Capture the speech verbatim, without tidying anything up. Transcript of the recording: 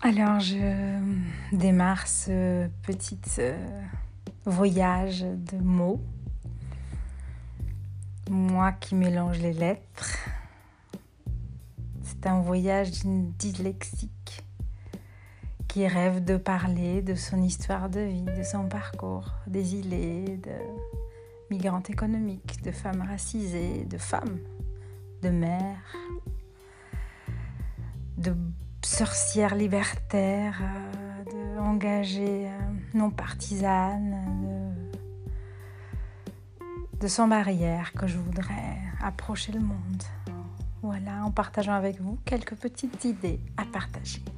Alors, je démarre ce petit euh, voyage de mots. Moi qui mélange les lettres. C'est un voyage d'une dyslexique qui rêve de parler de son histoire de vie, de son parcours, des îlets, de migrante économique, de femmes racisées, de femmes, de mères, de sorcières libertaires, de engagées non partisanes, de, de sans barrière que je voudrais approcher le monde. Voilà, en partageant avec vous quelques petites idées à partager.